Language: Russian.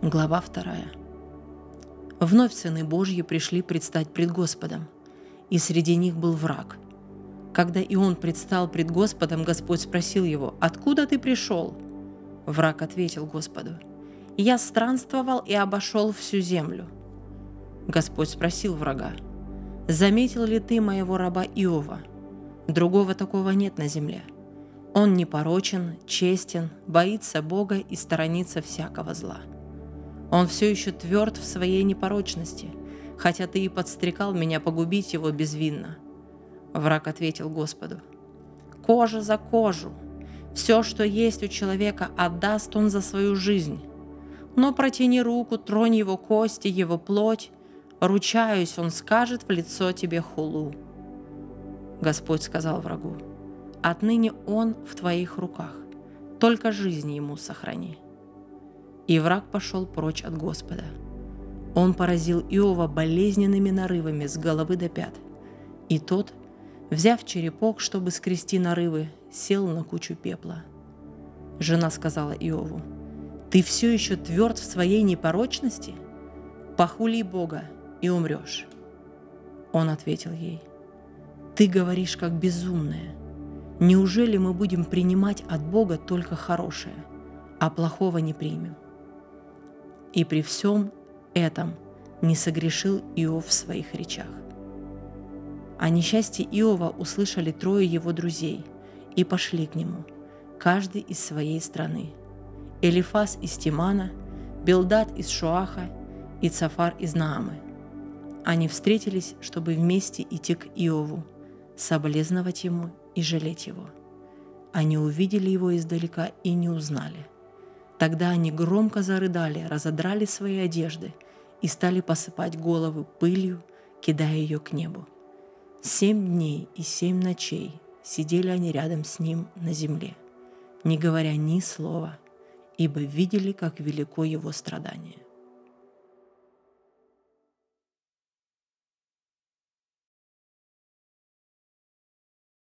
Глава 2. Вновь сыны Божьи пришли предстать пред Господом, и среди них был враг. Когда и он предстал пред Господом, Господь спросил его: «Откуда ты пришел?» Враг ответил Господу: «Я странствовал и обошел всю землю». Господь спросил врага: «Заметил ли ты моего раба Иова? Другого такого нет на земле. Он непорочен, честен, боится Бога и сторонится всякого зла. Он все еще тверд в своей непорочности, хотя ты и подстрекал меня погубить его безвинно». Враг ответил Господу: «Кожа за кожу. Все, что есть у человека, отдаст он за свою жизнь. Но протяни руку, тронь его кости, его плоть. Ручаюсь, он скажет в лицо тебе хулу». Господь сказал врагу: «Отныне он в твоих руках, только жизнь ему сохрани». И враг пошел прочь от Господа. Он поразил Иова болезненными нарывами с головы до пят. И тот, взяв черепок, чтобы скрести нарывы, сел на кучу пепла. Жена сказала Иову: «Ты все еще тверд в своей непорочности? Похули Бога, и умрешь». Он ответил ей: «Ты говоришь как безумная. Неужели мы будем принимать от Бога только хорошее, а плохого не примем?» И при всем этом не согрешил Иов в своих речах. О несчастье Иова услышали трое его друзей и пошли к нему, каждый из своей страны: Элифаз из Тимана, Билдад из Шуаха и Цофар из Наамы. Они встретились, чтобы вместе идти к Иову, соболезновать ему и жалеть его. Они увидели его издалека и не узнали. Тогда они громко зарыдали, разодрали свои одежды и стали посыпать головы пылью, кидая ее к небу. 7 дней и 7 ночей сидели они рядом с ним на земле, не говоря ни слова, ибо видели, как велико его страдание.